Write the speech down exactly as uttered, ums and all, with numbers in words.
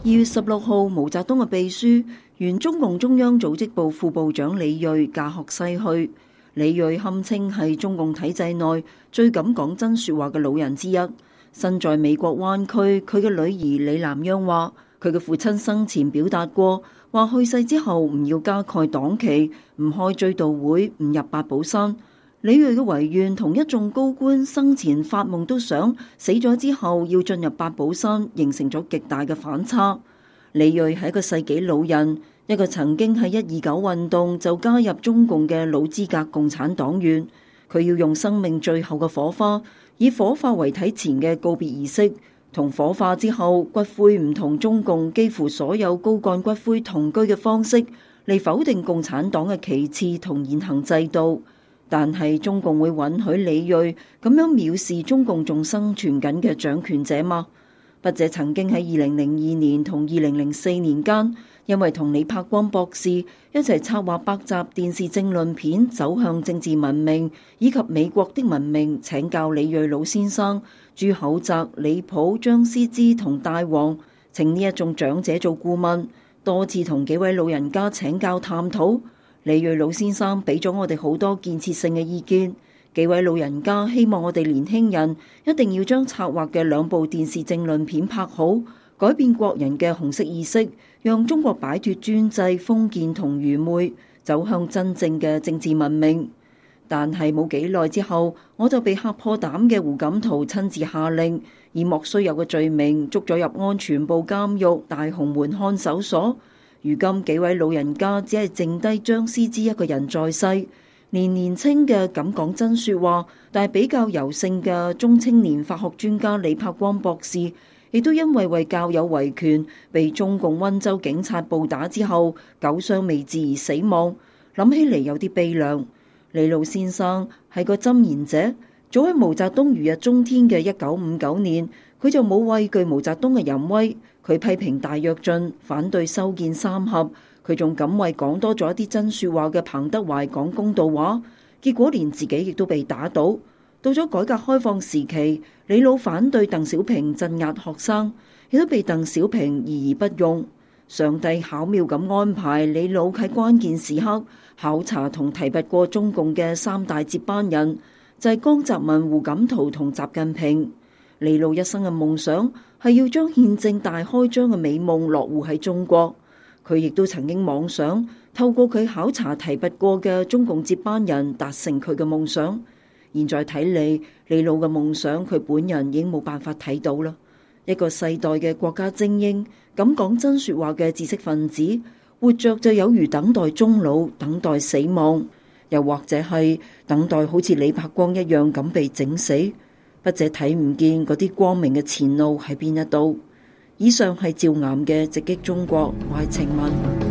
二月十六號，毛澤東嘅秘書、原中共中央組織部副部長李銳駕鶴西去。李銳堪稱係中共體制內最敢講真說話嘅老人之一。身在美國灣區，佢嘅女兒李南央話，佢嘅父親生前表達過，話去世之後唔要加蓋黨旗，唔開追悼會，唔入八寶山。李銳嘅遺願同一眾高官生前發夢都想死咗之後要進入八寶山，形成咗極大嘅反差。李銳係一個世紀老人，一個曾經喺一二九運動就加入中共嘅老資格共產黨員。佢要用生命最後嘅火花，以火化遺體前嘅告別儀式，同火化之後骨灰唔同中共幾乎所有高幹骨灰同居嘅方式，嚟否定共產黨嘅旗幟同現行制度。但係中共會允許李銳咁樣藐視中共仲生存緊嘅掌權者嗎？筆者曾經喺二零零二年同二零零四年間，因為同李柏光博士一齊策劃百集電視政論片《走向政治文明》以及美國的文明，請教李銳老先生、朱厚澤、李普、張思之同戴王，請呢一眾長者做顧問，多次同幾位老人家請教探討。李銳老先生俾咗我哋好多建設性嘅意見，幾位老人家希望我哋年輕人一定要將策劃嘅兩部電視政論片拍好，改變國人嘅紅色意識，讓中國擺脫專制、封建同愚昧，走向真正嘅政治文明。但係冇幾耐之後，我就被嚇破膽嘅胡錦濤親自下令，以莫須有嘅罪名捉咗入安全部監獄大紅門看守所。如今幾位老人家只係剩低張思之一個人在世，連年輕嘅敢講真說話，但係比較柔性嘅中青年法學專家李柏光博士，亦都因為為教友維權，被中共溫州警察暴打之後，久傷未治而死亡。諗起嚟有啲悲涼。李老先生係個箴言者，早喺毛澤東如日中天嘅一九五九年，佢就冇畏懼毛澤東嘅淫威。佢批評大躍進，反對修建三峽，佢仲敢為講多咗一啲真說話嘅彭德懷講公道話，結果連自己亦都被打倒。到咗改革開放時期，李老反對鄧小平鎮壓學生，亦都被鄧小平疑而不用。上帝巧妙咁安排李老喺關鍵時刻考察同提拔過中共嘅三大接班人，就係江澤民、胡錦濤同習近平。李老一生嘅夢想係要將憲政大開張嘅美夢落戶喺中國。佢亦都曾經妄想透過佢考察提拔過嘅中共接班人達成佢嘅夢想。現在睇嚟，李老嘅夢想佢本人已經冇辦法睇到啦。一個世代嘅國家精英，敢講真說話嘅知識分子，活着就有如等待終老，等待死亡，又或者係等待好似李柏光一樣咁被整死。筆者睇唔見嗰啲光明嘅前路喺邊一度。以上係趙岩嘅直擊中國，我係程文。